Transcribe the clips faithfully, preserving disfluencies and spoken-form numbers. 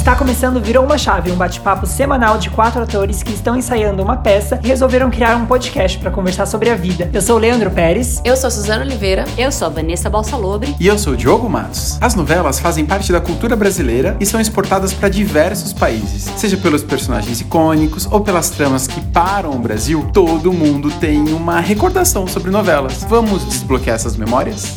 Está começando Virou uma Chave, um bate-papo semanal de quatro atores que estão ensaiando uma peça e resolveram criar um podcast para conversar sobre a vida. Eu sou o Leandro Pérez. Eu sou a Suzana Oliveira. Eu sou a Vanessa Balsalobre. E eu sou o Diogo Matos. As novelas fazem parte da cultura brasileira e são exportadas para diversos países. Seja pelos personagens icônicos ou pelas tramas que param o Brasil, todo mundo tem uma recordação sobre novelas. Vamos desbloquear essas memórias?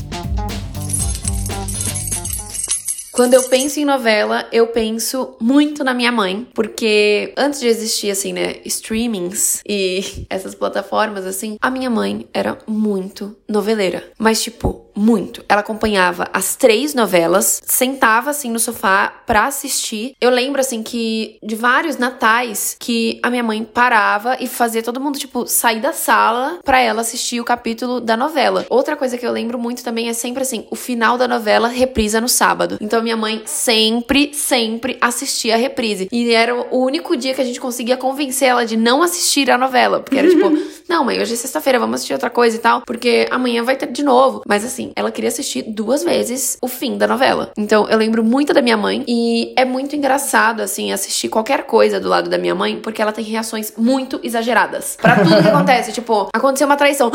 Quando eu penso em novela, eu penso muito na minha mãe, porque antes de existir, assim, né, streamings e essas plataformas, assim, a minha mãe era muito noveleira. Mas, tipo, muito. Ela acompanhava as três novelas, sentava, assim, no sofá pra assistir. Eu lembro, assim, que de vários natais que a minha mãe parava e fazia todo mundo, tipo, sair da sala pra ela assistir o capítulo da novela. Outra coisa que eu lembro muito também é sempre, assim, o final da novela reprisa no sábado. Então, minha mãe sempre, sempre assistia a reprise. E era o único dia que a gente conseguia convencer ela de não assistir a novela. Porque era tipo, não, mãe, hoje é sexta-feira, vamos assistir outra coisa e tal. Porque amanhã vai ter de novo. Mas assim, ela queria assistir duas vezes o fim da novela. Então, eu lembro muito da minha mãe. E é muito engraçado, assim, assistir qualquer coisa do lado da minha mãe. Porque ela tem reações muito exageradas. Pra tudo que acontece. Tipo, aconteceu uma traição.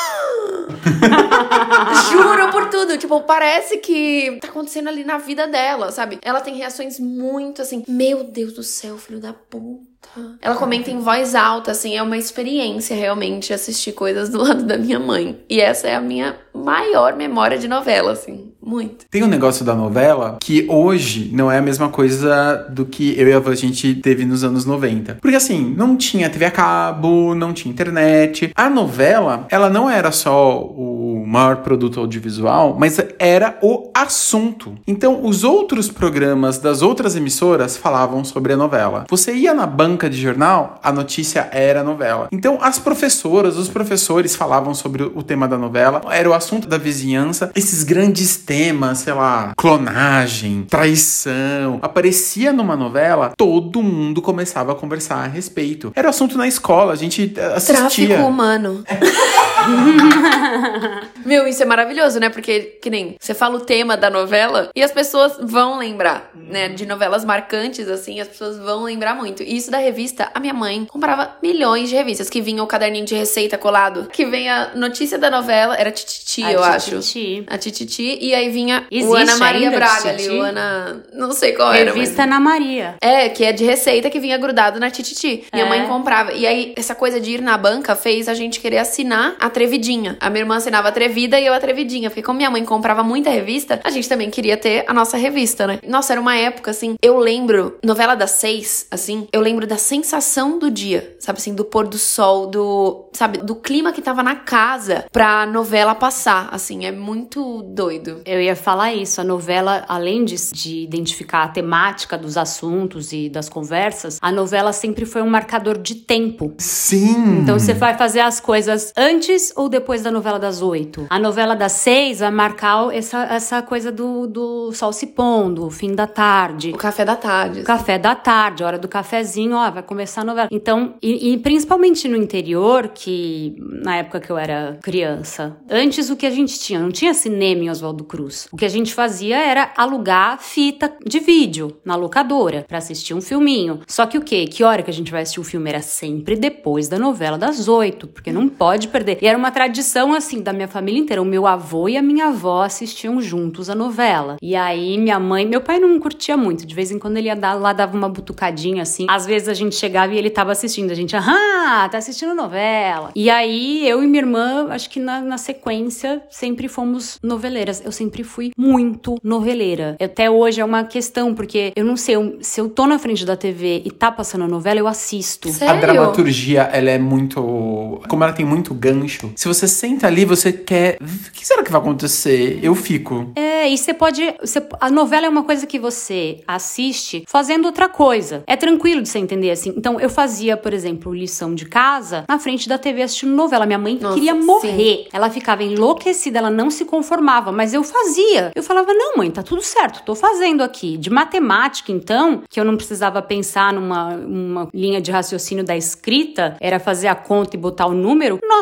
Juro por tudo, tipo, parece que tá acontecendo ali na vida dela, sabe? Ela tem reações muito assim, meu Deus do céu, filho da puta. Ela comenta em voz alta, assim, é uma experiência realmente assistir coisas do lado da minha mãe. E essa é a minha maior memória de novela, assim, muito. Tem um negócio da novela que hoje não é a mesma coisa do que eu e a Van a gente teve nos anos noventa. Porque assim, não tinha T V a cabo, não tinha internet. A novela, ela não era só o maior produto audiovisual, mas era o assunto. Então, os outros programas das outras emissoras falavam sobre a novela. Você ia na banca de jornal, a notícia era a novela. Então, as professoras, os professores falavam sobre o tema da novela, era o assunto da vizinhança, esses grandes temas, sei lá, clonagem, traição, aparecia numa novela, todo mundo começava a conversar a respeito. Era o assunto na escola, a gente assistia. Tráfico humano. Meu, isso é maravilhoso, né? Porque, que nem, você fala o tema da novela e as pessoas vão lembrar, né? De novelas marcantes, assim, as pessoas vão lembrar muito. E isso da revista, a minha mãe comprava milhões de revistas, que vinha o caderninho de receita colado, que vem a notícia da novela, era Tititi, eu acho. A Tititi, e aí vinha Existe o Ana Maria ainda, Braga Tititi? ali, o Ana... Não sei qual era. Revista mas... Ana Maria. É, que é de receita que vinha grudado na Tititi. Minha É. mãe comprava. E aí, essa coisa de ir na banca fez a gente querer assinar a Atrevidinha. A minha irmã assinava Atrevida e eu Atrevidinha. Porque como minha mãe comprava muita revista, a gente também queria ter a nossa revista, né? Nossa, era uma época, assim... Eu lembro, novela das seis, assim... Eu lembro da sensação do dia. Sabe, assim, do pôr do sol, do... Sabe, do clima que tava na casa pra novela passar, assim. É muito doido. Eu ia falar isso. A novela, além de, de identificar a temática dos assuntos e das conversas, a novela sempre foi um marcador de tempo. Sim! Então você vai fazer as coisas antes ou depois da novela das oito. A novela das seis vai marcar essa, essa coisa do, do sol se pondo, o fim da tarde. O café da tarde. O café da tarde, a hora do cafezinho, ó, vai começar a novela. Então, e, e principalmente no interior, que na época que eu era criança, antes o que a gente tinha, não tinha cinema em Oswaldo Cruz. O que a gente fazia era alugar fita de vídeo na locadora pra assistir um filminho. Só que o quê? Que hora que a gente vai assistir o filme? Era sempre depois da novela das oito, porque não pode perder. E era uma tradição, assim, da minha família inteira. O meu avô e a minha avó assistiam juntos a novela. E aí, minha mãe... Meu pai não curtia muito. De vez em quando ele ia dar, lá, dava uma butucadinha, assim. Às vezes a gente chegava e ele tava assistindo. A gente, aham, tá assistindo novela. E aí, eu e minha irmã, acho que na, na sequência, sempre fomos noveleiras. Eu sempre fui muito noveleira. Até hoje é uma questão, porque eu não sei, eu, se eu tô na frente da T V e tá passando a novela, eu assisto. Sério? A dramaturgia, ela é muito... Como ela tem muito gancho, se você senta ali, você quer... O que será que vai acontecer? Eu fico. É, e você pode... Você, a novela é uma coisa que você assiste fazendo outra coisa. É tranquilo de você entender, assim. Então, eu fazia, por exemplo, lição de casa na frente da T V assistindo novela. Minha mãe Nossa, queria morrer. sim. Ela ficava enlouquecida, ela não se conformava. Mas eu fazia. Eu falava, não, mãe, tá tudo certo. Tô fazendo aqui. De matemática, então, que eu não precisava pensar numa uma linha de raciocínio da escrita, era fazer a conta e botar o número. Nossa, eu fazia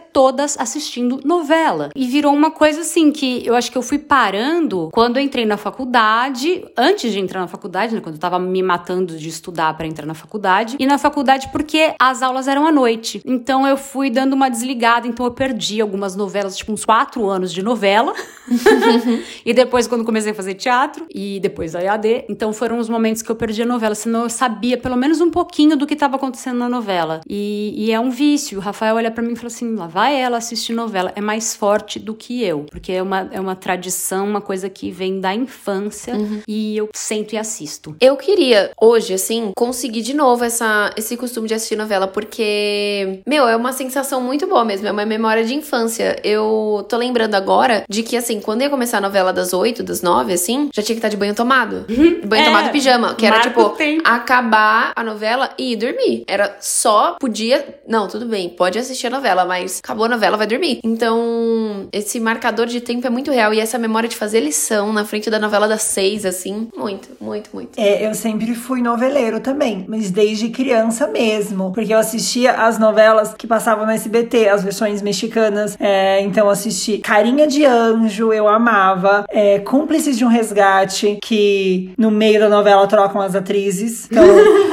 todas assistindo novela. E virou uma coisa assim que eu acho que eu fui parando quando eu entrei na faculdade, antes de entrar na faculdade, né, quando eu tava me matando de estudar pra entrar na faculdade, e na faculdade porque as aulas eram à noite. Então eu fui dando uma desligada, então eu perdi algumas novelas, tipo uns quatro anos de novela. E depois quando comecei a fazer teatro, e depois a E A D, então foram os momentos que eu perdi a novela, senão eu sabia pelo menos um pouquinho do que tava acontecendo na novela. E, e é um vício. O Rafael olha pra mim e fala assim, lá vai ela assistir novela, é mais forte do que eu, porque é uma, é uma tradição, uma coisa que vem da infância, uhum. E eu sento e assisto. Eu queria, hoje, assim, conseguir de novo essa, esse costume de assistir novela, porque, meu, é uma sensação muito boa mesmo, é uma memória de infância. Eu tô lembrando agora de que, assim, quando ia começar a novela das oito, das nove, assim, já tinha que estar de banho tomado. De banho é, tomado e pijama, que era, tipo, acabar a novela e ir dormir. Era só, podia, não, tudo bem, pode assistir a novela, mas acabou a novela, vai dormir. Então, esse marcador de tempo é muito real, e essa memória de fazer lição na frente da novela das seis, assim, muito, muito, muito. É, eu sempre fui noveleiro também, mas desde criança mesmo, porque eu assistia as novelas que passavam no S B T, as versões mexicanas, é, então eu assisti Carinha de Anjo, eu amava, é, Cúmplices de um Resgate, que no meio da novela trocam as atrizes, então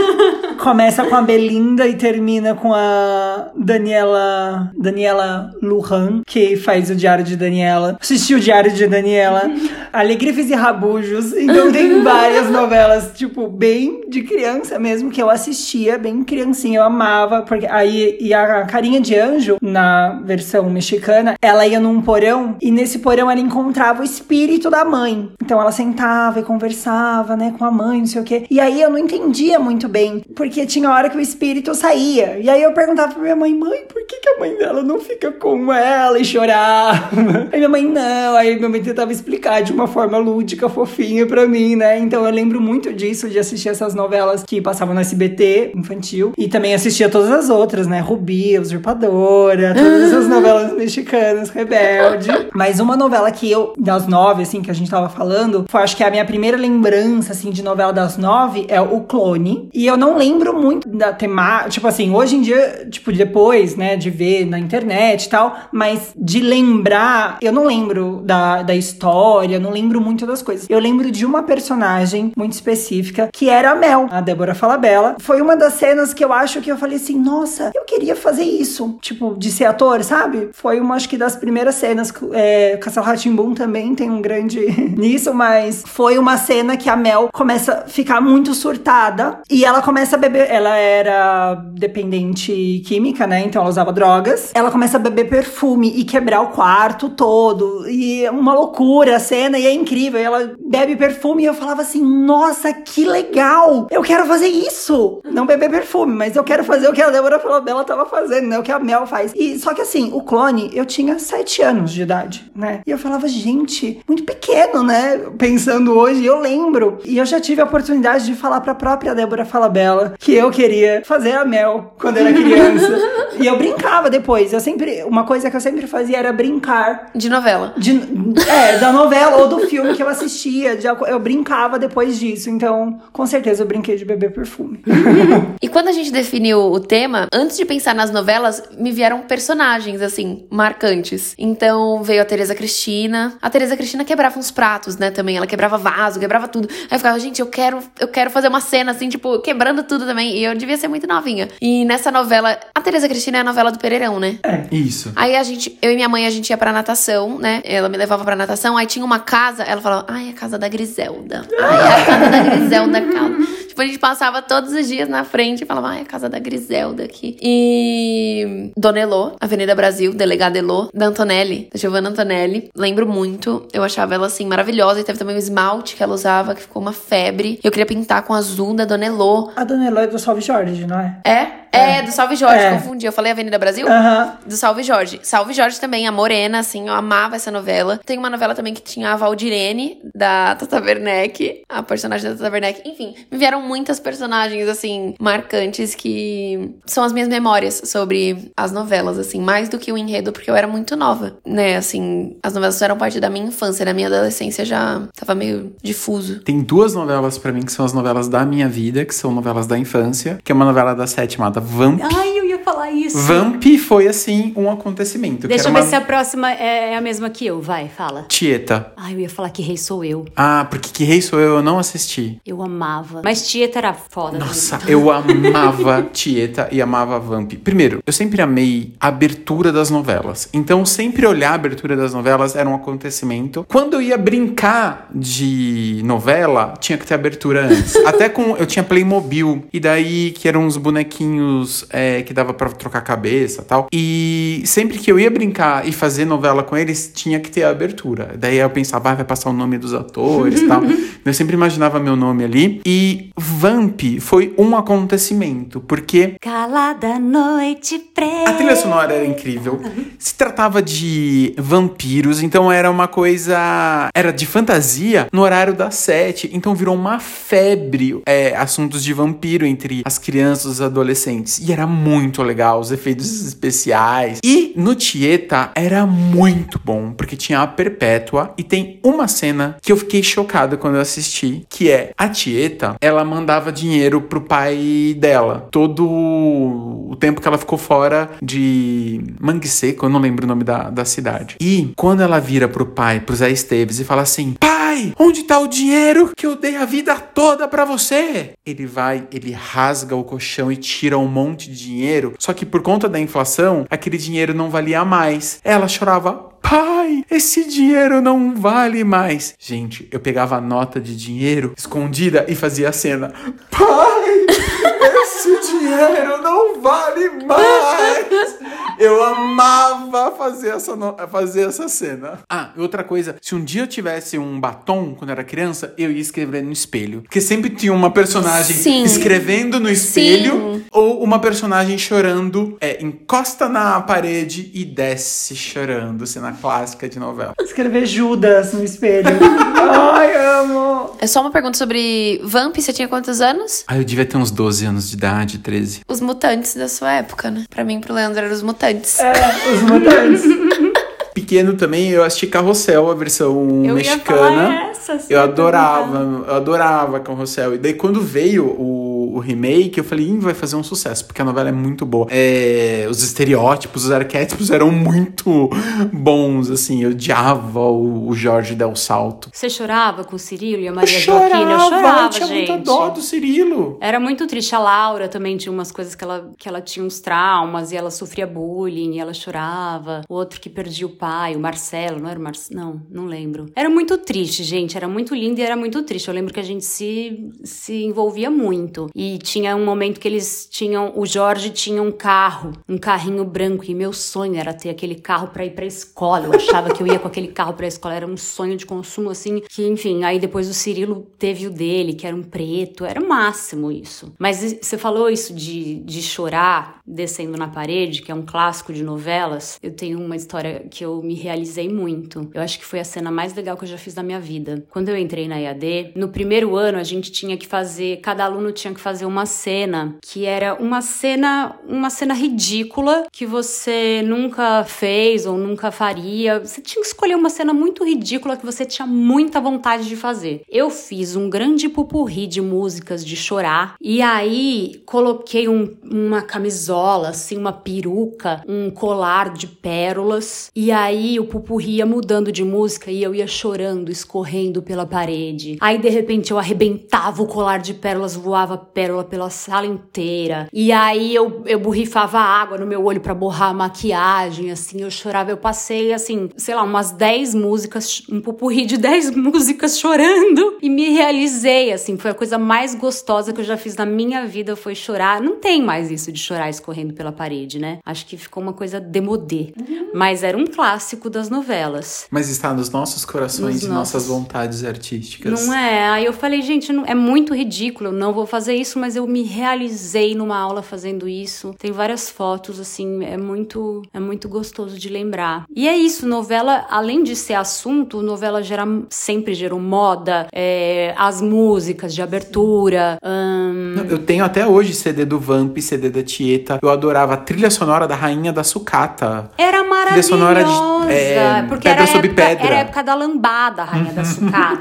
começa com a Belinda e termina com a Daniela Daniela Lujan, que faz o Diário de Daniela. Assisti o Diário de Daniela, Alegrifes e Rabujos. Então tem várias novelas, tipo, bem de criança mesmo, que eu assistia, bem criancinha, eu amava. Porque aí, e a Carinha de Anjo, na versão mexicana, ela ia num porão, e nesse porão ela encontrava o espírito da mãe. Então ela sentava e conversava, né, com a mãe, não sei o quê. E aí eu não entendia muito bem, porque tinha hora que o espírito saía. E aí eu perguntava pra minha mãe, mãe, por que, que a mãe dela não fica com ela? E chorava. Aí minha mãe, não. Aí minha mãe tentava explicar de uma forma lúdica, fofinha pra mim, né? Então eu lembro muito disso, de assistir essas novelas que passavam no S B T infantil. E também assistia todas as outras, né? Rubi, Usurpadora, todas essas novelas mexicanas, Rebelde. Mas uma novela que eu, das nove, assim, que a gente tava falando, foi, acho que a minha primeira lembrança, assim, de novela das nove é o Clone. E eu não lembro muito da temática, tipo assim, hoje em dia, tipo, depois, né, de ver na internet e tal, mas de lembrar, eu não lembro da, da história, não lembro muito das coisas. Eu lembro de uma personagem muito específica, que era a Mel, a Débora Falabella. Foi uma das cenas que eu acho que eu falei assim, nossa, eu queria fazer isso, tipo, de ser ator, sabe? Foi uma, acho que das primeiras cenas, é, Castelo Rá-Tim-Bum também tem um grande nisso, mas foi uma cena que a Mel começa a ficar muito surtada, e ela começa a beber, ela era dependente química, né, então ela usava drogas, ela começa a beber perfume e quebrar o quarto todo, e é uma loucura a cena, e é incrível, e ela bebe perfume, e eu falava assim, nossa, que legal, eu quero fazer isso, não beber perfume, mas eu quero fazer o que a Débora Falabella tava fazendo, né, o que a Mel faz, e só que assim, o Clone, eu tinha sete anos de idade, né, e eu falava, gente, muito pequeno, né, pensando hoje, eu lembro, e eu já tive a oportunidade de falar pra própria Débora Falabella que eu queria fazer a Mel quando era criança. E eu brincava depois. Eu sempre, uma coisa que eu sempre fazia era brincar. De novela. De, é, da novela ou do filme que eu assistia. De, eu brincava depois disso. Então, com certeza, eu brinquei de beber perfume. E quando a gente definiu o tema, antes de pensar nas novelas, me vieram personagens, assim, marcantes. Então, veio a Tereza Cristina. A Tereza Cristina quebrava uns pratos, né, também. Ela quebrava vaso, quebrava tudo. Aí eu ficava, gente, eu quero, eu quero fazer uma cena, assim, tipo, quebrando tudo também. E eu devia ser muito novinha. E nessa novela, a Tereza Cristina é a novela do Pereirão, né? É. Isso. Aí a gente, eu e minha mãe, a gente ia pra natação, né? Ela me levava pra natação, aí tinha uma casa, ela falava, ai, a casa da Griselda. Ai, a casa da Griselda, casa. Tipo, a gente passava todos os dias na frente e falava, ai, a casa da Griselda aqui. E Dona Elô, Avenida Brasil, Delegada Elô, da Antonelli, da Giovanna Antonelli. Lembro muito, eu achava ela, assim, maravilhosa. E teve também o esmalte que ela usava, que ficou uma febre. Eu queria pintar com azul da Dona Elô. A Dona Elô é do Salve Jorge, não é? É? É, É. do Salve Jorge, É. confundi. Eu falei Avenida Brasil? Aham. Do Salve Jorge. Salve Jorge também, a Morena, assim, eu amava essa novela. Tem uma novela também que tinha a Valdirene, da Tata Werneck, a personagem da Tata Werneck. Enfim, me vieram muitas personagens, assim, marcantes que são as minhas memórias sobre as novelas, assim, mais do que o enredo, porque eu era muito nova, né, assim, as novelas eram parte da minha infância, na minha adolescência já tava meio difuso. Tem duas novelas pra mim que são as novelas da minha vida, que são novelas da infância, que é uma novela da Sete chamada Vamp. Ai, eu ia ia falar isso. Vamp foi, assim, um acontecimento. Deixa que eu era ver uma... se a próxima é, é a mesma que eu. Vai, fala. Tieta. Ai, eu ia falar Que Rei Sou Eu. Ah, porque Que Rei Sou Eu, eu não assisti. Eu amava. Mas Tieta era foda. Nossa, eu amava Tieta e amava Vamp. Primeiro, eu sempre amei a abertura das novelas. Então, sempre olhar a abertura das novelas era um acontecimento. Quando eu ia brincar de novela, tinha que ter abertura antes. Até com... Eu tinha Playmobil. E daí, que eram uns bonequinhos é, que dava pra trocar a cabeça e tal. E sempre que eu ia brincar e fazer novela com eles, tinha que ter a abertura. Daí eu pensava, ah, vai passar o nome dos atores e tal. Eu sempre imaginava meu nome ali. E Vamp foi um acontecimento, porque... Calada noite preta. A trilha sonora era incrível. Se tratava de vampiros, então era uma coisa... Era de fantasia no horário das sete. Então virou uma febre é, assuntos de vampiro entre as crianças e os adolescentes. E era muito legal, os efeitos especiais. E no Tieta era muito bom, porque tinha a Perpétua. E tem uma cena que eu fiquei chocada quando eu assisti, que é a Tieta, ela mandava dinheiro pro pai dela. Todo o tempo que ela ficou fora de Mangue Seco, eu não lembro o nome da, da cidade. E quando ela vira pro pai, pro Zé Esteves, e fala assim: pai, onde tá o dinheiro que eu dei a vida toda pra você? Ele vai, ele rasga o colchão e tira um monte de dinheiro. Só que por conta da inflação, aquele dinheiro não valia mais. Ela chorava: pai, esse dinheiro não vale mais. Gente, eu pegava a nota de dinheiro escondida e fazia a cena: pai, esse dinheiro não vale mais. Eu amava fazer essa, no... fazer essa cena. Ah, outra coisa, se um dia eu tivesse um batom quando eu era criança, eu ia escrever no espelho. Porque sempre tinha uma personagem Sim. escrevendo no espelho. Sim. Ou uma personagem chorando, é, encosta na parede e desce chorando, cena clássica de novela. Escrever Judas no espelho. Ai, amo. É só uma pergunta sobre Vamp, você tinha quantos anos? Ah, eu devia ter uns doze anos de idade, treze. Os mutantes da sua época, né? Pra mim, pro Leandro, eram os mutantes. É, os mutantes. Pequeno também, eu assisti Carrossel, a versão Eu mexicana. ia falar essa, eu adorava, eu adorava Carrossel. E daí quando veio o, o remake, eu falei, Ih, vai fazer um sucesso, porque a novela é muito boa. É, os estereótipos, os arquétipos eram muito bons, assim. Eu odiava o, o Jorge Del Salto. Você chorava com o Cirilo e a Maria eu Joaquina? chorava, Eu chorava, eu tinha gente. muita dó do Cirilo. Era muito triste. A Laura também tinha umas coisas que ela, que ela tinha uns traumas e ela sofria bullying e ela chorava. O outro que perdia o pai, o Marcelo, não era o Marcelo? Não, não lembro. Era muito triste, gente. Era muito lindo e era muito triste. Eu lembro que a gente se, se envolvia muito. E tinha um momento que eles tinham... O Jorge tinha um carro, um carrinho branco. E meu sonho era ter aquele carro pra ir pra escola. Eu achava que eu ia com aquele carro pra escola. Era um sonho de consumo, assim. Que, enfim, aí depois o Cirilo teve o dele, que era um preto. Era o máximo isso. Mas você falou isso de, de chorar descendo na parede, que é um clássico de novelas. Eu tenho uma história que eu me realizei muito. Eu acho que foi a cena mais legal que eu já fiz na minha vida. Quando eu entrei na E A D, no primeiro ano a gente tinha que fazer, cada aluno tinha que fazer uma cena, que era uma cena, uma cena ridícula, que você nunca fez ou nunca faria. Você tinha que escolher uma cena muito ridícula que você tinha muita vontade de fazer. Eu fiz um grande pupurri de músicas de chorar, e aí coloquei um, uma camisola, assim, uma peruca, um colar de pérolas, e aí o pupurri ia mudando de música e eu ia chorando, escorrendo pela parede. Aí, de repente, eu arrebentava o colar de pérolas, voava pérola pela sala inteira. E aí eu, eu borrifava água no meu olho pra borrar a maquiagem, assim, eu chorava. Eu passei, assim, sei lá, umas dez músicas, um pupurri de dez músicas chorando, e me realizei, assim. Foi a coisa mais gostosa que eu já fiz na minha vida, foi chorar. Não tem mais isso de chorar escorrendo pela parede, né? Acho que ficou uma coisa demodê. Uhum. Mas era um clássico das novelas. Mas está nos nossos corações nos e nossos... nossas vontades artísticas. Não é? Aí eu falei, gente, não... é muito ridículo, eu não vou fazer isso, mas eu me realizei numa aula fazendo isso. Tem várias fotos, assim, é muito, é muito gostoso de lembrar. E é isso, novela, além de ser assunto, novela gera, sempre gerou moda, é, as músicas de abertura. Hum... Eu tenho até hoje C D do Vamp, C D da Tieta. Eu adorava a trilha sonora da Rainha da Sucata. Era maravilhosa, trilha sonora de, é, porque Pedra era sob época, Pedra. era a época da lambada, a Rainha da Sucata.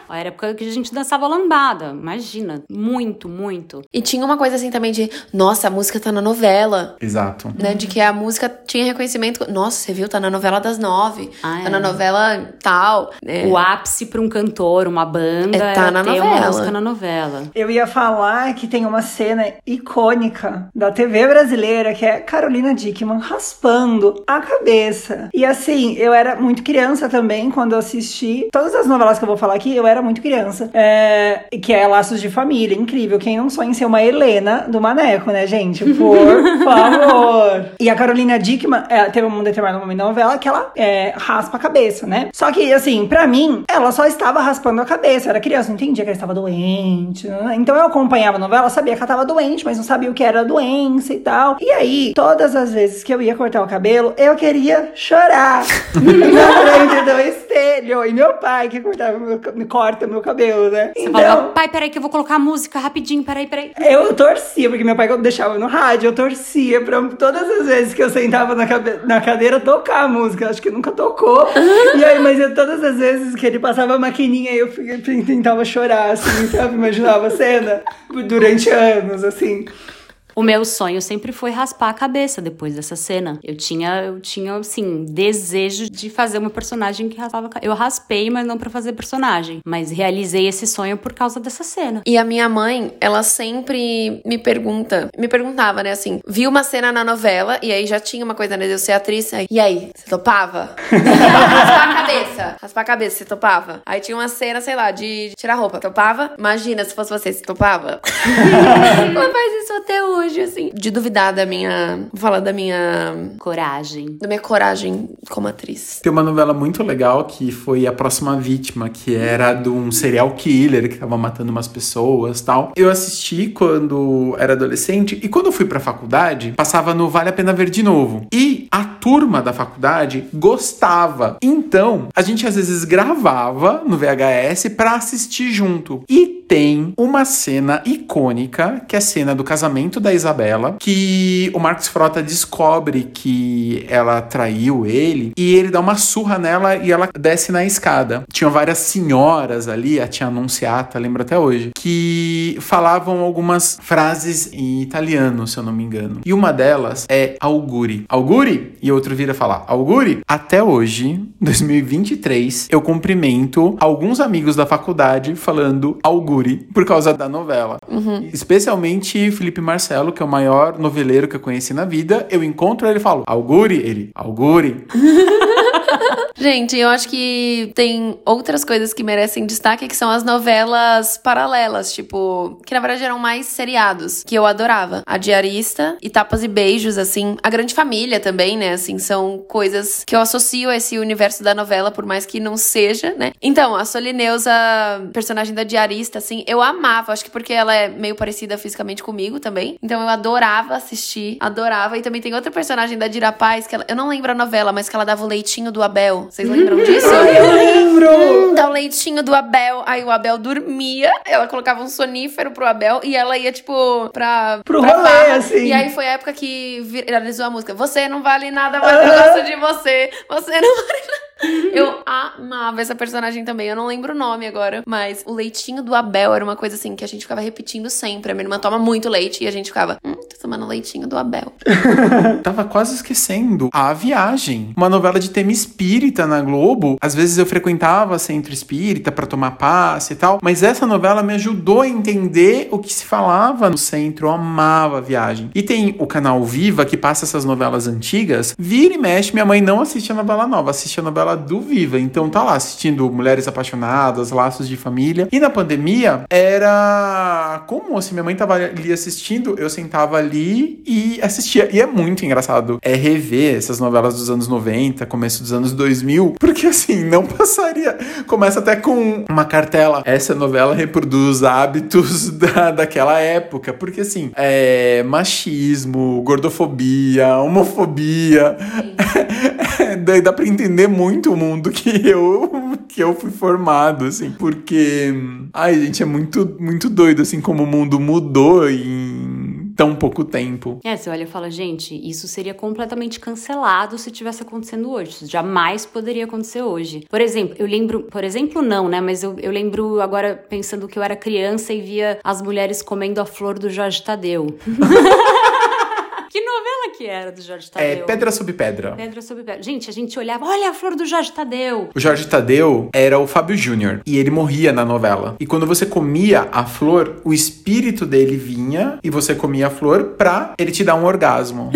A época que a gente dançava lambada, imagina, muito, muito. E tinha uma coisa assim também de, nossa, a música tá na novela. Exato. Né, de que a música tinha reconhecimento. Nossa, você viu? Tá na novela das nove. Ah, tá é. na novela tal. Né? O ápice pra um cantor, uma banda, É, tá era na ter novela. uma música na novela. Eu ia falar que tem uma cena icônica da T V brasileira, que é Carolina Dickmann raspando a cabeça. E assim, eu era muito criança também quando eu assisti todas as novelas que eu vou falar aqui, eu era muito criança. É, que é Laços de Família, incrível. Quem não sonha em ser uma Helena do Maneco, né, gente? Por favor. E a Carolina Dickmann, ela teve um determinado momento da novela que ela é, raspa a cabeça, né? Só que, assim, pra mim, ela só estava raspando a cabeça. Eu era criança, não entendia que ela estava doente, né? Então eu acompanhava a novela, sabia que ela estava doente, mas não sabia o que era a doença e tal. E aí, todas as vezes que eu ia cortar o cabelo, eu queria chorar. Na frente do espelho. E meu pai que cortava meu, me corta meu cabelo, né? Você Então, falava, pai, peraí que eu vou colocar a música rapidinho, peraí, peraí. eu torcia, porque meu pai deixava no rádio, eu torcia pra todas as vezes que eu sentava na, cabe- na cadeira tocar a música. Acho que nunca tocou. E aí, mas eu, todas as vezes que ele passava a maquininha, eu fiquei- tentava chorar, assim, sabe? Imaginava a cena durante anos, assim. O meu sonho sempre foi raspar a cabeça depois dessa cena. Eu tinha, eu tinha, assim, desejo de fazer uma personagem que raspava a cabeça. Eu raspei, mas não pra fazer personagem. Mas realizei esse sonho por causa dessa cena. E a minha mãe, ela sempre me pergunta, me perguntava, né, assim, viu uma cena na novela, e aí já tinha uma coisa, né, de eu ser atriz, aí, e aí, você topava? Raspar a cabeça, raspar a cabeça, você topava? Aí tinha uma cena, sei lá, de tirar roupa, topava? Imagina se fosse você, você topava? Ela faz isso até hoje. Assim, de duvidar da minha... Vou falar da minha... Coragem. Da minha coragem como atriz. Tem uma novela muito legal que foi A Próxima Vítima, que era de um serial killer que tava matando umas pessoas e tal. Eu assisti quando era adolescente e quando eu fui pra faculdade, passava no Vale a Pena Ver de Novo. E a turma da faculdade gostava. Então, a gente às vezes gravava no V H S pra assistir junto. E tem uma cena icônica, que é a cena do casamento da Isabela, que o Marcos Frota descobre que ela traiu ele e ele dá uma surra nela e ela desce na escada. Tinham várias senhoras ali, a tia Annunziata, lembro até hoje, que falavam algumas frases em italiano, se eu não me engano. E uma delas é auguri. Auguri? E outro vira falar auguri. Até hoje, dois mil e vinte e três, eu cumprimento alguns amigos da faculdade falando auguri por causa da novela. Uhum. Especialmente Felipe Marcelo, que é o maior noveleiro que eu conheci na vida. Eu encontro ele e falo, auguri? Ele, auguri. Gente, eu acho que tem outras coisas que merecem destaque, que são as novelas paralelas, tipo, que na verdade eram mais seriados, que eu adorava. A Diarista e Tapas e Beijos, assim, A Grande Família também, né, assim, são coisas que eu associo a esse universo da novela, por mais que não seja, né. Então, a Solineusa, personagem da Diarista, assim, eu amava, acho que porque ela é meio parecida fisicamente comigo também, então eu adorava assistir, adorava. E também tem outra personagem da Dira Paz, que ela, eu não lembro a novela, mas que ela dava o leitinho do Abel. Vocês lembram disso? Eu lembro! Hum, dá o leitinho do Abel. Aí o Abel dormia, ela colocava um sonífero pro Abel e ela ia, tipo, pra... Pro pra rolê, farra. assim. E aí foi a época que viralizou a música. Você não vale nada, mas eu gosto de você. Você não vale nada. Eu amava essa personagem também. Eu não lembro o nome agora, mas o leitinho do Abel era uma coisa assim que a gente ficava repetindo sempre. A minha irmã toma muito leite e a gente ficava, hum, tô tomando leitinho do Abel. Tava quase esquecendo A Viagem, uma novela de tema espírita na Globo. Às vezes eu frequentava centro espírita pra tomar passe e tal, mas essa novela me ajudou a entender o que se falava no centro. Eu amava A Viagem. E tem o canal Viva, que passa essas novelas antigas. Vira e mexe, minha mãe não assiste a novela nova, assiste a novela do Viva. Então tá lá assistindo Mulheres Apaixonadas, Laços de Família. E na pandemia era comum, assim, minha mãe tava ali assistindo, eu sentava ali e assistia. E é muito engraçado é rever essas novelas dos anos noventa, começo dos anos dois mil, porque assim, não passaria. Começa até com uma cartela. Essa novela reproduz hábitos da, daquela época, porque assim, é machismo, gordofobia, homofobia. Daí dá pra entender muito o mundo que eu, que eu fui formado, assim, porque... Ai, gente, é muito, muito doido, assim, como o mundo mudou em tão pouco tempo. É, você olha e fala, gente, isso seria completamente cancelado se tivesse acontecendo hoje. Isso jamais poderia acontecer hoje. Por exemplo, eu lembro... Por exemplo, não, né? Mas eu, eu lembro agora, pensando que eu era criança e via as mulheres comendo a flor do Jorge Tadeu. Que novela que era do Jorge Tadeu? É Pedra Sobre Pedra. Pedra Sobre Pedra. Gente, a gente olhava, olha a flor do Jorge Tadeu. O Jorge Tadeu era o Fábio Júnior e ele morria na novela. E quando você comia a flor, o espírito dele vinha e você comia a flor pra ele te dar um orgasmo.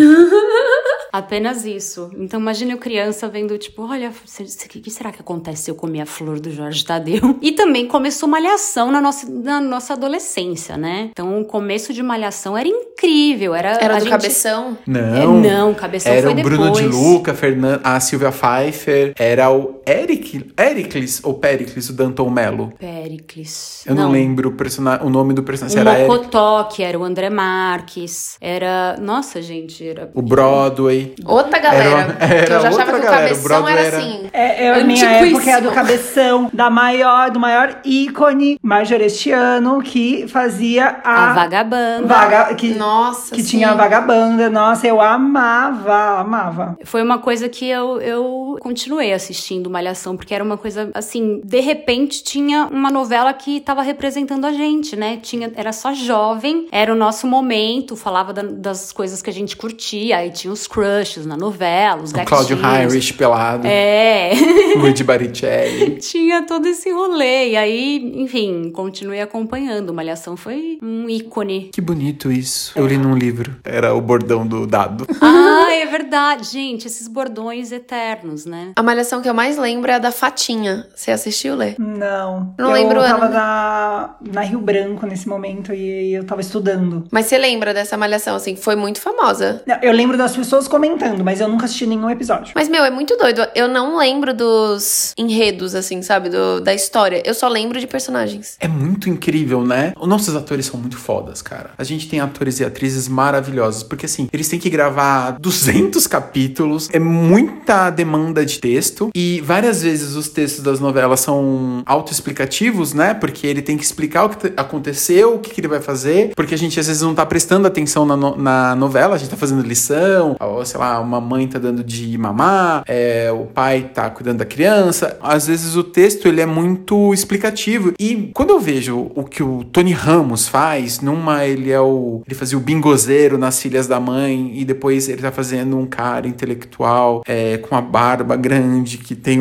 Apenas isso. Então imagine eu criança vendo, tipo, olha, o que será que acontece se eu comer a flor do Jorge Tadeu? E também começou Malhação na nossa, na nossa adolescência, né? Então o começo de Malhação era incrível. Era, era a do gente... Não. Cabeção? É, não, Cabeção era foi depois. Era o Bruno de Luca, Fernan... a Silvia Pfeiffer, era o Eric... Ericles ou Pericles, o Danton Mello? Pericles. Eu não, não lembro o, person... o nome do personagem. O era Mocotó, Eric... que era o André Marques. Era... Nossa, gente, era... O Broadway. Outra galera. Era, era que eu já achava que o galera. Cabeção o era, era assim. É, é a minha época é a do Cabeção, da maior, do maior ícone majorestiano que fazia a, a Vagabanda. Vaga, que, Nossa, que sim. tinha a Vagabanda. Nossa, eu amava, amava. Foi uma coisa que eu, eu continuei assistindo Malhação, porque era uma coisa, assim, de repente tinha uma novela que tava representando a gente, né? Tinha, era só jovem, era o nosso momento, falava da, das coisas que a gente curtia, aí tinha os crushes na novela, os gatinhos. Cláudio Heinrich pelado. É. Luigi Baricelli. Tinha todo esse rolê. E aí, enfim, continuei acompanhando. Malhação foi um ícone. Que bonito isso. Eu li num livro. Era o bordão do Dado. Ah, é verdade. Gente, esses bordões eternos, né? A Malhação que eu mais lembro é a da Fatinha. Você assistiu, Lê? Não. Não eu lembro o Eu tava ano. na, na Rio Branco nesse momento e eu tava estudando. Mas você lembra dessa Malhação, assim? Foi muito famosa. Não, eu lembro das pessoas comentando, mas eu nunca assisti nenhum episódio. Mas, meu, é muito doido. Eu não lembro dos enredos, assim, sabe? Do, da história. Eu só lembro de personagens. É muito incrível, né? Os nossos atores são muito fodas, cara. A gente tem atores e atrizes maravilhosos. Porque, assim, eles têm que gravar duzentos capítulos. É muita demanda de texto. E várias vezes os textos das novelas são autoexplicativos, né? Porque ele tem que explicar o que aconteceu, o que, que ele vai fazer. Porque a gente, às vezes, não tá prestando atenção na, no, na novela. A gente tá fazendo lição. Ou, sei lá, uma mãe tá dando de mamar. É, o pai tá cuidando da criança. Às vezes o texto, ele é muito explicativo. E quando eu vejo o que o Tony Ramos faz, numa ele é o... Ele fazia o bingozeiro nas Filhas da Mãe e depois ele tá fazendo um cara intelectual é, com a barba grande que tem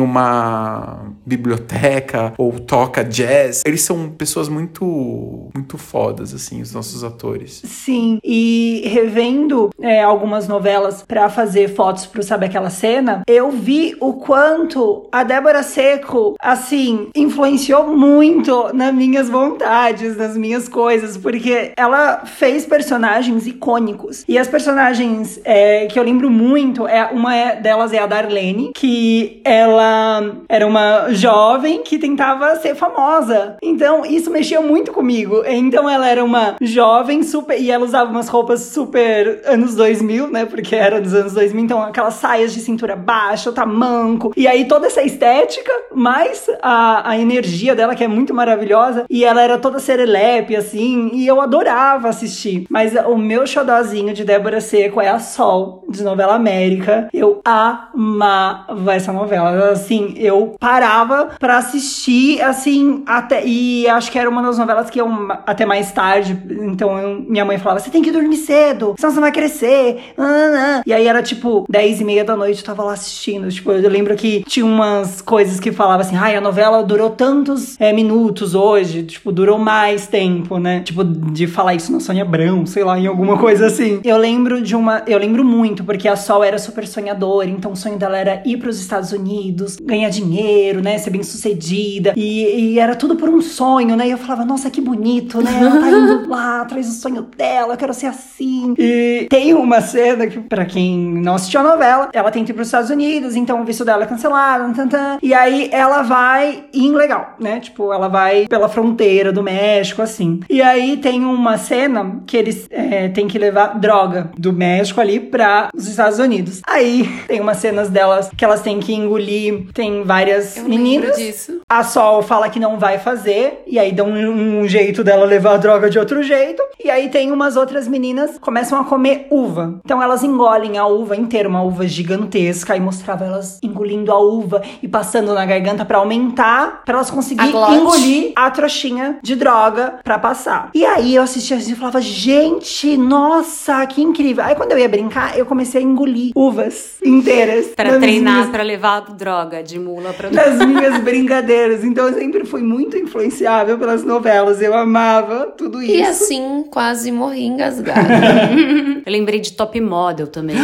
uma biblioteca ou toca jazz. Eles são pessoas muito, muito fodas, assim, os nossos atores. Sim, e revendo é, algumas novelas pra fazer fotos pro Sabe Aquela Cena, eu vi o quanto a Débora Seco, assim, influenciou muito nas minhas vontades, nas minhas coisas, porque ela fez personagens icônicos. E as personagens é, que eu lembro muito, é, uma é, delas é a Darlene, que ela era uma jovem que tentava ser famosa. Então, isso mexia muito comigo. Então, ela era uma jovem super... E ela usava umas roupas super anos dois mil, né? Porque era dos anos dois mil. Então, aquelas saias de cintura baixa, tamanco. E aí, toda essa estética, mais a, a energia dela, que é muito maravilhosa. E ela era toda serelepe, assim. E eu adorava assistir. Mas o meu xodózinho de Débora Seco é a Sol, de Novela América. Eu amava essa novela. Assim, eu parava pra assistir, assim, até... E acho que era uma das novelas que eu até mais tarde. Então, eu, minha mãe falava, você tem que dormir cedo, senão você não vai crescer. Ah, ah. E aí era, tipo, dez e meia da noite, eu tava lá assistindo. Tipo, eu lembro que tinha umas coisas que falavam assim, ai, a novela durou tantos é, minutos hoje. Tipo, durou mais tempo, né? Tipo, de falar isso na Sônia Abrão, sei lá, em alguma coisa assim. Eu lembro de uma... Eu lembro muito, porque a Sol era super sonhadora, então o sonho dela era ir pros Estados Unidos, ganhar dinheiro, né? Ser bem sucedida. E, e era tudo por um sonho, né? E eu falava, nossa, que bonito, né? Ela tá indo lá atrás do sonho dela, eu quero ser assim. E tem uma cena que, pra quem não assistiu a novela, ela tenta ir pros Estados Unidos, então o visto dela é cancelado, tan, tan, e aí ela vai ilegal, né? Tipo, ela vai pela fronteira do México, assim. E aí tem uma cena que eles é, têm que levar droga do México ali pra os Estados Unidos. Aí tem umas cenas delas que elas têm que engolir, tem várias Eu meninas. lembro disso. A Sol fala que não vai fazer, e aí dão um, um jeito dela ela levar a droga de outro jeito. E aí tem umas outras meninas que começam a comer uva. Então elas engolem a uva inteira, uma uva gigantesca, e mostrava elas engolindo a uva e passando na garganta pra aumentar, pra elas conseguirem engolir a trouxinha de droga pra passar. E aí eu assistia assim e falava, gente, nossa, que incrível. Aí quando eu ia brincar, eu comecei a engolir uvas inteiras. Pra treinar, minhas... pra levar droga de mula pra... nas minhas brincadeiras. Então eu sempre fui muito influenciável pelas novelas. Eu amava tudo isso. E assim, quase morri engasgada. Eu lembrei de Top Model também.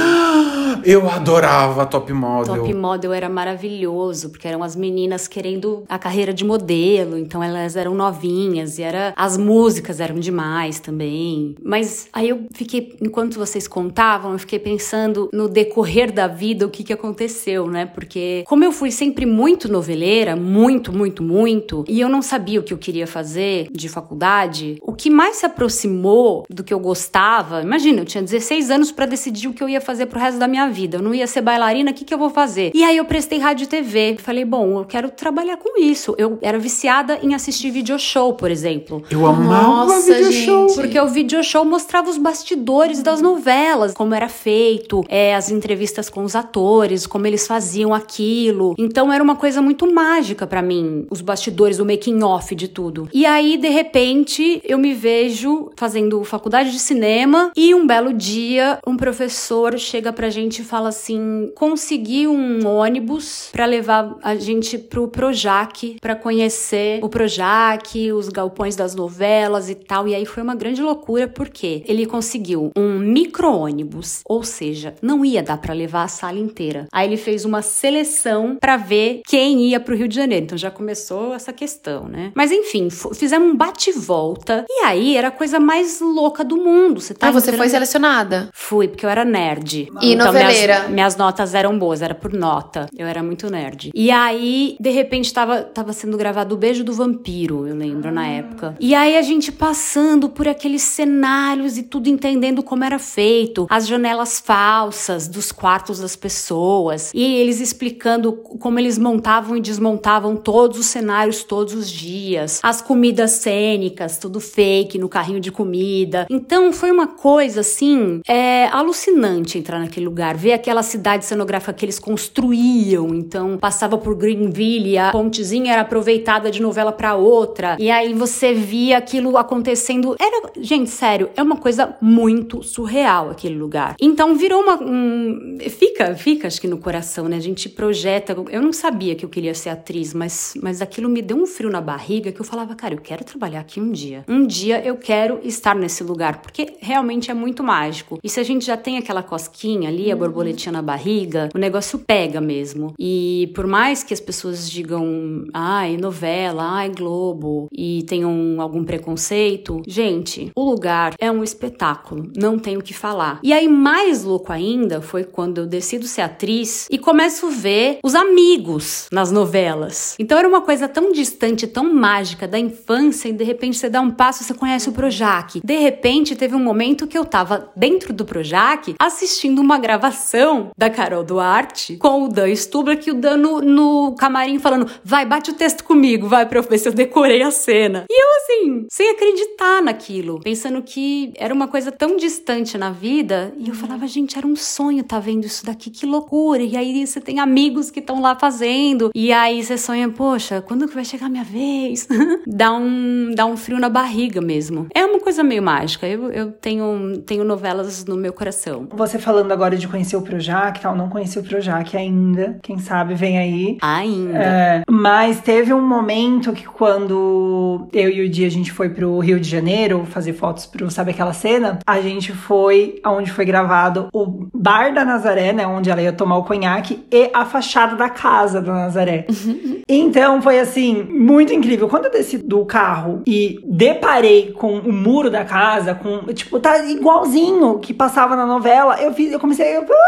Eu adorava Top Model. Top Model era maravilhoso, porque eram as meninas querendo a carreira de modelo, então elas eram novinhas, e era, as músicas eram demais também. Mas aí eu fiquei, enquanto vocês contavam, eu fiquei pensando no decorrer da vida, o que que aconteceu, né? Porque como eu fui sempre muito noveleira, muito, muito, muito, e eu não sabia o que eu queria fazer de faculdade, o que mais se aproximou do que eu gostava, imagina, eu tinha dezesseis anos pra decidir o que eu ia fazer pro resto da minha vida. Eu não ia ser bailarina, o que que eu vou fazer? E aí eu prestei rádio e T V. Falei, bom, eu quero trabalhar com isso. Eu era viciada em assistir video show, por exemplo. Eu amava Nossa, video gente. show. Porque o video show mostrava os bastidores das novelas, como era feito, é, as entrevistas com os atores, como eles faziam aquilo. Então era uma coisa muito mágica pra mim, os bastidores, o making off de tudo. E aí, de repente, eu me vejo fazendo faculdade de cinema e um belo dia, um professor chega pra gente e fala assim, consegui um ônibus pra levar a gente pro Projac, pra conhecer o Projac, os galpões das novelas e tal. E aí foi uma grande loucura, porque ele conseguiu um micro-ônibus, ou seja, não ia dar pra levar a sala inteira. Aí ele fez uma seleção pra ver quem ia pro Rio de Janeiro. Então já começou essa questão, né? Mas enfim, fizemos um bate-volta. E aí era a coisa mais louca do mundo. Você tá Ah, você entrando... foi selecionada? Fui, porque eu era nerd. E então, noveleira? Minhas, minhas notas eram boas, era por nota. Eu era muito nerd. E aí, de repente, tava, tava sendo gravado O Beijo do Vampiro, eu lembro, na época. E aí a gente passando por aqueles cenários e tudo entendendo como era feito. As janelas falsas dos quartos das pessoas. E eles explicando como eles montavam e desmontavam todos os cenários todos os dias. As comidas cênicas, tudo fake no carrinho de comida. Então foi uma coisa assim, é alucinante entrar naquele lugar, ver aquela cidade cenográfica que eles construíam. Então passava por Greenville e a pontezinha era aproveitada de novela pra outra. E aí você via aquilo acontecendo. Era, gente, sério, é uma coisa muito surreal aquele lugar. Então virou uma... Um, fica, fica acho que no coração, né? A gente projeta. Eu não sabia que eu queria ser atriz, mas, mas aquilo me deu um frio na barriga que eu falava, cara, eu quero trabalhar aqui um dia. Um dia eu quero estar nesse lugar, porque realmente é muito mágico. E se a gente já tem aquela cosquinha ali, a borboletinha na barriga, o negócio pega mesmo. E por mais que as pessoas digam, ai, novela, ai, Globo, e tenham algum preconceito, gente, o lugar é um espetáculo, não tenho o que falar. E aí, mais louco ainda, foi quando eu decido ser atriz e começo a ver os amigos nas novelas. Então era uma coisa tão distante, tão mágica da infância, e de repente você dá um passo e você conhece o Projac. De repente, teve um momento que eu tava dentro do Projac assistindo uma gravação da Carol Duarte com o Dan Stubler, que o Dan no, no camarim falando, vai, bate o texto comigo, vai, pra eu ver se eu decorei a cena. E eu assim, sem acreditar naquilo, pensando que era uma coisa tão distante na vida, e eu falava, gente, era um sonho tá vendo isso daqui, que loucura. E aí você tem amigos que estão lá fazendo, e aí você sonha, poxa, quando que vai chegar a minha vez? dá, um, dá um frio na barriga mesmo. É uma coisa meio mágica, eu, eu tenho, tenho novelas no meu coração. Você falando agora de conhecer o Projac e tal, não conheci o Projac ainda, quem sabe vem aí. Ainda. É, mas teve um momento que quando eu e o Di, a gente foi pro Rio de Janeiro fazer fotos pro, sabe aquela cena? A gente foi aonde foi gravado o bar da Nazaré, né, onde ela ia tomar o conhaque, e a fachada da casa da Nazaré. Uhum. Então foi assim, muito incrível. Quando eu desci do carro e deparei com o muro da casa, com, tipo, tá igualzinho que passava na novela, eu fiz, eu comecei a, ai meu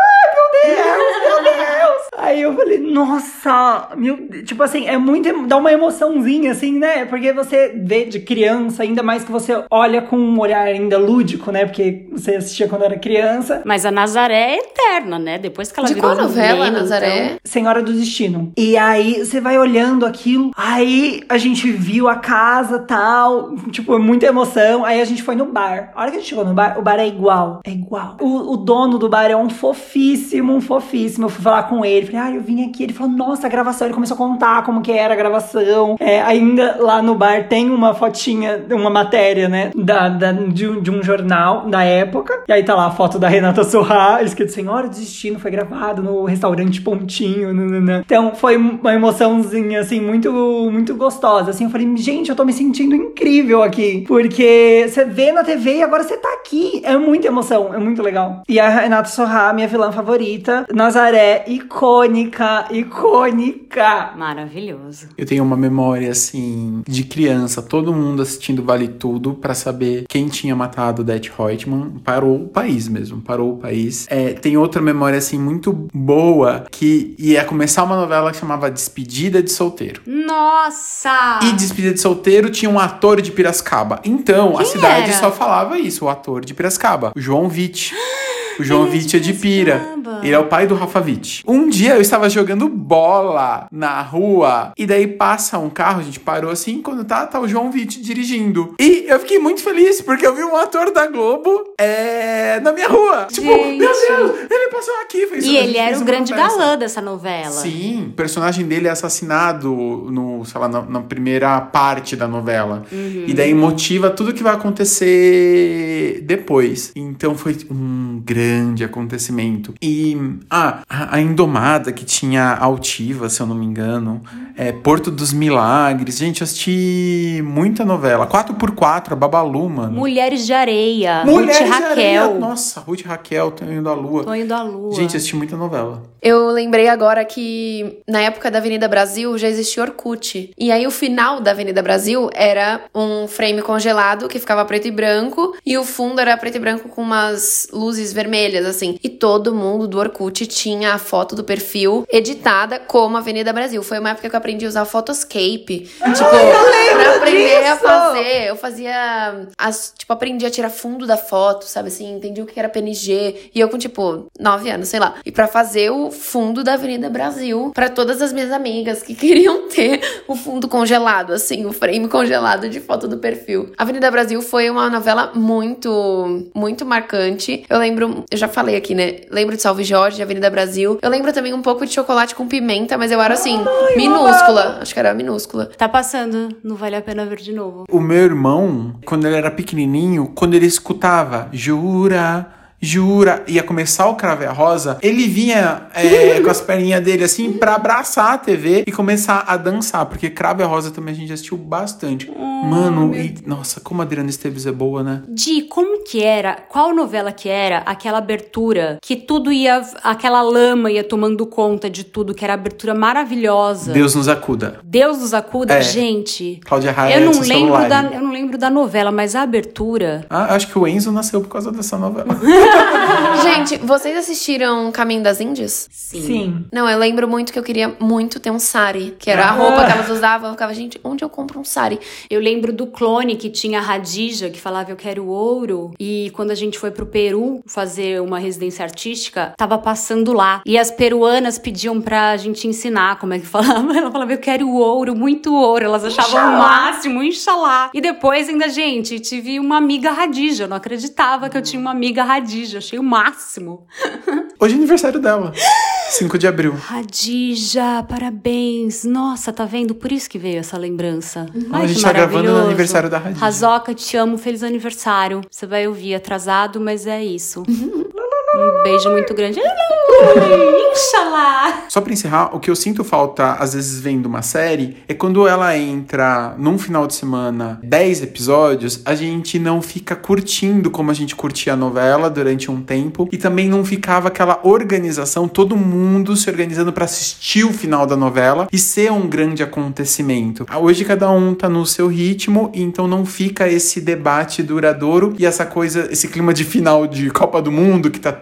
meu Deus, meu Deus. Aí eu falei, nossa, meu, tipo assim, é muito, dá uma emoçãozinha, assim, né? Porque você vê de criança, ainda mais que você olha com um olhar ainda lúdico, né? Porque você assistia quando era criança. Mas a Nazaré é eterna, né? Depois que ela de virou qual novela, menina, Nazaré? então... Senhora do Destino. E aí você vai olhando aquilo, aí a gente viu a casa, tal, tipo, muita emoção. Aí a gente foi no bar. A hora que a gente chegou no bar, o bar é igual, é igual. O, o dono do bar é um fofíssimo, um fofíssimo. Eu fui falar com ele, falei, ah, eu vim aqui. Ele falou, nossa, a gravação. Ele começou a contar como que era a gravação. É, ainda lá no bar tem uma fotinha, uma matéria, né, da, da, de, um, de um jornal da época. E aí tá lá a foto da Renata Sorrah, escrito Senhora do Destino, foi gravado no restaurante Pontinho. Nanana. Então foi uma emoçãozinha, assim, muito, muito gostosa. Assim, eu falei, gente, eu tô me sentindo incrível aqui. Porque você vê na T V e agora você tá aqui. É muita emoção, é muito legal. E a Renata Sorrah, minha vilã favorita. Nazaré, icônica, icônica. Maravilhoso. Eu tenho uma memória, assim, de criança, todo mundo assistindo Vale Tudo pra saber quem tinha matado Odete Roitman. Parou o país mesmo, parou o país. É, tem outra memória, assim, muito boa, que ia começar uma novela que chamava Despedida de Solteiro. Nossa! E Despedida de Solteiro tinha um ator de Piracicaba. Então, Quem a cidade era? só falava isso, o ator de Piracicaba, o João Vitti. O João Ele é Vitti é de de Pira. Piracicaba. Ele é o pai do Rafa Vitti. Um dia eu estava jogando bola na rua e daí passa um carro, a gente parou assim, quando tá, tá o João Vitti dirigindo. E eu fiquei muito feliz porque eu vi um ator da Globo é, na minha rua. Tipo, Gente. meu Deus, ele passou aqui. Fez, E a gente ele era fez o uma grande conversa. galã dessa novela. Sim, o personagem dele é assassinado no, sei lá, na, na primeira parte da novela. Uhum. E daí motiva tudo que vai acontecer depois. Então foi um grande acontecimento. E ah, a, a Indomada, que tinha Altiva, se eu não me engano. É, Porto dos Milagres. Gente, eu assisti muita novela. quatro por quatro, a Babalu, mano. Mulheres de Areia. Mulheres Ruth de Areia. Raquel. Nossa, Ruth Raquel, Tonho da Lua. Tonho da Lua. Gente, eu assisti muita novela. Eu lembrei agora que na época da Avenida Brasil já existia Orkut. E aí o final da Avenida Brasil era um frame congelado que ficava preto e branco. E o fundo era preto e branco com umas luzes vermelhas, assim. E todo mundo do Orkut tinha a foto do perfil editada como Avenida Brasil. Foi uma época que eu aprendi a usar Photoscape. Ai, tipo, eu lembro pra aprender disso! a fazer. Eu fazia... As, tipo, aprendi a tirar fundo da foto, sabe assim? Entendi o que era P N G. E eu com, tipo, nove anos, sei lá. E pra fazer o fundo da Avenida Brasil pra todas as minhas amigas que queriam ter o fundo congelado, assim, o frame congelado de foto do perfil. Avenida Brasil foi uma novela muito, muito marcante. Eu lembro, eu já falei aqui, né? Lembro de Salve Jorge, Avenida Brasil. Eu lembro também um pouco de Chocolate com Pimenta, mas eu era, assim, Ai, minúscula. Acho que era minúscula. Tá passando, não vale a pena ver de novo. O meu irmão, quando ele era pequenininho, quando ele escutava Jura, Jura, ia começar o Crave a Rosa, ele vinha é, com as perninhas dele assim pra abraçar a T V e começar a dançar, porque Crave a Rosa também a gente assistiu bastante. Oh, Mano, e, nossa, como a Adriana Esteves é boa, né? Di, como que era, qual novela que era aquela abertura, que tudo ia, aquela lama ia tomando conta de tudo, que era a abertura maravilhosa. Deus nos acuda. Deus nos acuda, É. gente. Cláudia Raia Eu não, seu lembro celular. da, eu não lembro da novela, mas a abertura... Ah, acho que o Enzo nasceu por causa dessa novela. Gente, vocês assistiram Caminho das Índias? Sim. Não, eu lembro muito que eu queria muito ter um sari, que era a roupa que elas usavam. Eu ficava, gente, onde eu compro um sari? Eu lembro do Clone, que tinha a Radija, que falava eu quero ouro. E quando a gente foi pro Peru fazer uma residência artística, tava passando lá. E as peruanas pediam pra gente ensinar como é que falava. Ela falava eu quero ouro, muito ouro. Elas achavam o máximo, inxalá. E depois ainda, gente, tive uma amiga Radija. Eu não acreditava que eu tinha uma amiga Radija. Achei o máximo. Hoje é aniversário dela. cinco de abril. Radija, parabéns. Nossa, tá vendo? Por isso que veio essa lembrança. A Ai, gente que tá gravando no maravilhoso. aniversário da Radija. Razoca, te amo, feliz aniversário. Você vai ouvir atrasado, mas é isso. Um beijo muito grande. Inxalá! Só pra encerrar, o que eu sinto falta, às vezes, vendo uma série, é quando ela entra num final de semana, dez episódios, a gente não fica curtindo como a gente curtia a novela durante um tempo, e também não ficava aquela organização, todo mundo se organizando pra assistir o final da novela e ser um grande acontecimento. Hoje cada um tá no seu ritmo, e então não fica esse debate duradouro e essa coisa, esse clima de final de Copa do Mundo, que tá todo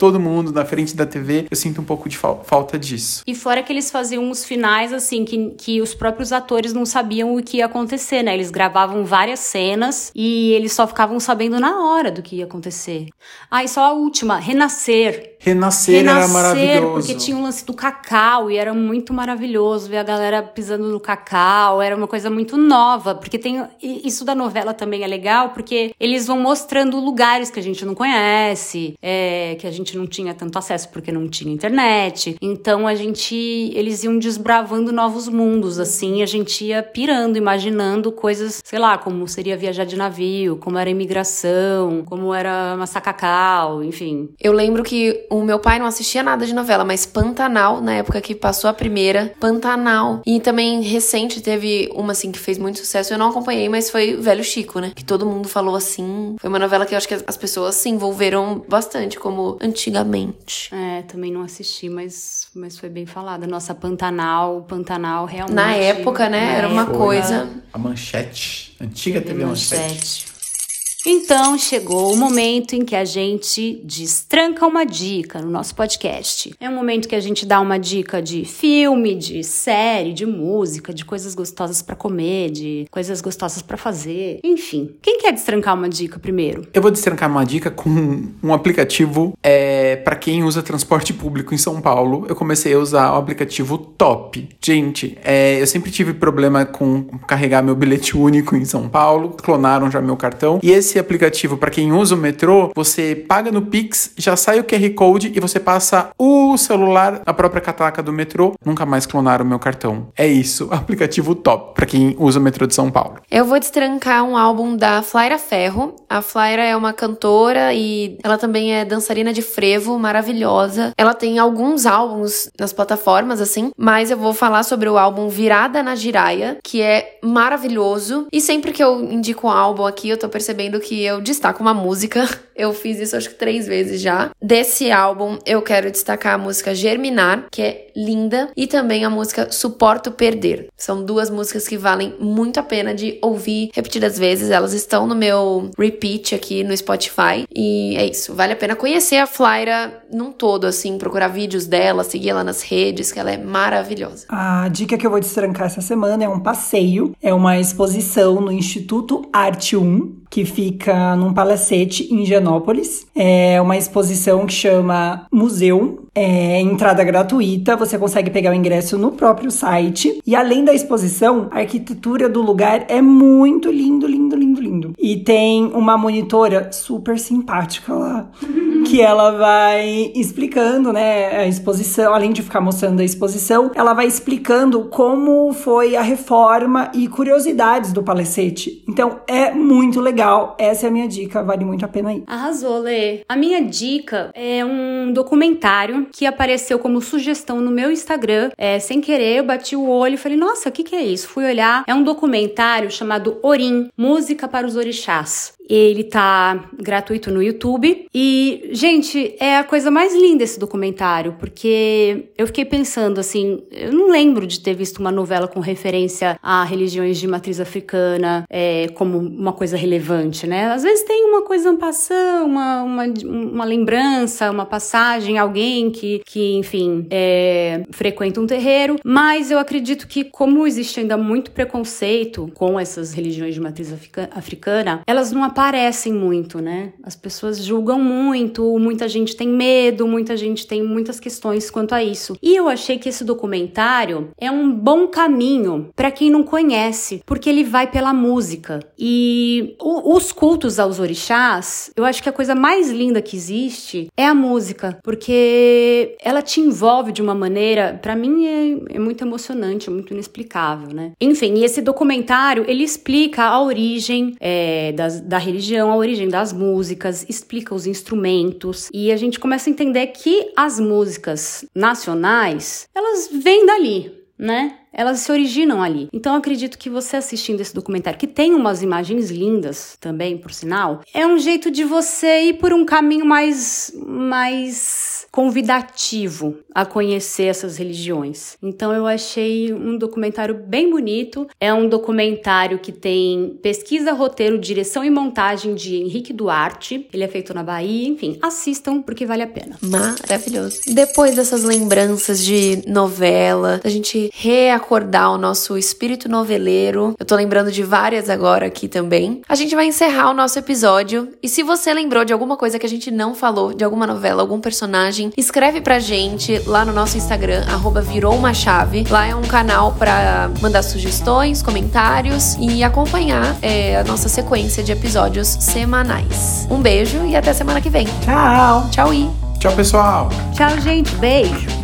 todo mundo na frente da T V. Eu sinto um pouco de fal- falta disso. E fora que eles faziam os finais, assim, que, que os próprios atores não sabiam o que ia acontecer, né? Eles gravavam várias cenas e eles só ficavam sabendo na hora do que ia acontecer. Ah, e só a última, Renascer. Renascer, Renascer era maravilhoso. Porque tinha o lance do cacau e era muito maravilhoso ver a galera pisando no cacau. Era uma coisa muito nova, porque tem isso da novela também é legal, porque eles vão mostrando lugares que a gente não conhece, é, que a gente não tinha tanto acesso porque não tinha internet. Então a gente, eles iam desbravando novos mundos, assim, a gente ia pirando, imaginando coisas, sei lá, como seria viajar de navio, como era imigração, como era massar cacau, enfim. Eu lembro que o meu pai não assistia nada de novela, mas Pantanal, na época que passou a primeira, Pantanal. E também recente teve uma assim que fez muito sucesso, eu não acompanhei, mas foi Velho Chico, né? Que todo mundo falou assim. Foi uma novela que eu acho que as pessoas se envolveram bastante, como antigamente. É, também não assisti, mas, mas foi bem falada. Nossa, Pantanal, Pantanal realmente... Na época, né? Era uma coisa... A Manchete. Antiga T V Manchete. Manchete. Então, chegou o momento em que a gente destranca uma dica no nosso podcast. É um momento que a gente dá uma dica de filme, de série, de música, de coisas gostosas pra comer, de coisas gostosas pra fazer. Enfim, quem quer destrancar uma dica primeiro? Eu vou destrancar uma dica com um aplicativo é, para quem usa transporte público em São Paulo. Eu comecei a usar o aplicativo Top. Gente, é, eu sempre tive problema com carregar meu bilhete único em São Paulo. Clonaram já meu cartão. E esse aplicativo, para quem usa o metrô, você paga no Pix, já sai o Q R Code e você passa o celular na própria catraca do metrô. Nunca mais clonaram o meu cartão. É isso, aplicativo Top, para quem usa o metrô de São Paulo. Eu vou destrancar um álbum da Flaira Ferro. A Flaira é uma cantora e ela também é dançarina de frevo, maravilhosa. Ela tem alguns álbuns nas plataformas, assim, mas eu vou falar sobre o álbum Virada na Giraia, que é maravilhoso. E sempre que eu indico um álbum aqui, eu tô percebendo que eu destaco uma música. Eu fiz isso acho que três vezes já. Desse álbum, eu quero destacar a música Germinar, que é linda, e também a música Suporto Perder. São duas músicas que valem muito a pena de ouvir repetidas vezes. Elas estão no meu repeat aqui no Spotify. E é isso, vale a pena conhecer a Flaira num todo, assim, procurar vídeos dela, seguir ela nas redes, que ela é maravilhosa. A dica que eu vou destrancar essa semana é um passeio, é uma exposição no Instituto Arte um, que fica num palacete em Higienópolis. É uma exposição que chama Museu, é entrada gratuita, você consegue pegar o ingresso no próprio site. E além da exposição, a arquitetura do lugar é muito lindo, lindo, lindo, lindo. E tem uma monitora super simpática lá, que ela vai explicando, né, a exposição, além de ficar mostrando a exposição, ela vai explicando como foi a reforma e curiosidades do palacete. Então, é muito legal. Essa é a minha dica, vale muito a pena ir. Arrasou, Lê. A minha dica é um documentário que apareceu como sugestão no meu Instagram. É, sem querer, eu bati o olho e falei, nossa, o que que é isso? Fui olhar. É um documentário chamado Orim, Música para os Orixás. Ele tá gratuito no YouTube. E, gente, é a coisa mais linda esse documentário, porque eu fiquei pensando, assim, eu não lembro de ter visto uma novela com referência a religiões de matriz africana é, como uma coisa relevante, né? Às vezes tem uma coisa en passant, uma, uma, uma lembrança, uma passagem, alguém que, que enfim, é, frequenta um terreiro, mas eu acredito que, como existe ainda muito preconceito com essas religiões de matriz africana, elas não aparecem muito, né? As pessoas julgam muito, muita gente tem medo, muita gente tem muitas questões quanto a isso. E eu achei que esse documentário é um bom caminho para quem não conhece, porque ele vai pela música. E o, os cultos aos orixás, eu acho que a coisa mais linda que existe é a música, porque ela te envolve de uma maneira, para mim é, é muito emocionante, é muito inexplicável, né? Enfim, e esse documentário, ele explica a origem é, das, da religião, a origem das músicas, explica os instrumentos, e a gente começa a entender que as músicas nacionais, elas vêm dali, né? Elas se originam ali. Então eu acredito que você assistindo esse documentário, que tem umas imagens lindas também, por sinal, é um jeito de você ir por um caminho mais, mais convidativo a conhecer essas religiões. Então eu achei um documentário bem bonito. É um documentário que tem pesquisa, roteiro, direção e montagem de Henrique Duarte. Ele é feito na Bahia. Enfim, assistam porque vale a pena. Maravilhoso. Depois dessas lembranças de novela, da gente reacordar o nosso espírito noveleiro, eu tô lembrando de várias agora aqui também, a gente vai encerrar o nosso episódio. E se você lembrou de alguma coisa que a gente não falou, de alguma novela, algum personagem, escreve pra gente lá no nosso Instagram, arroba virou uma chave. Lá é um canal pra mandar sugestões, comentários e acompanhar é, a nossa sequência de episódios semanais. Um beijo e até semana que vem. Tchau! Tchau, I! Tchau, pessoal! Tchau, gente. Beijo.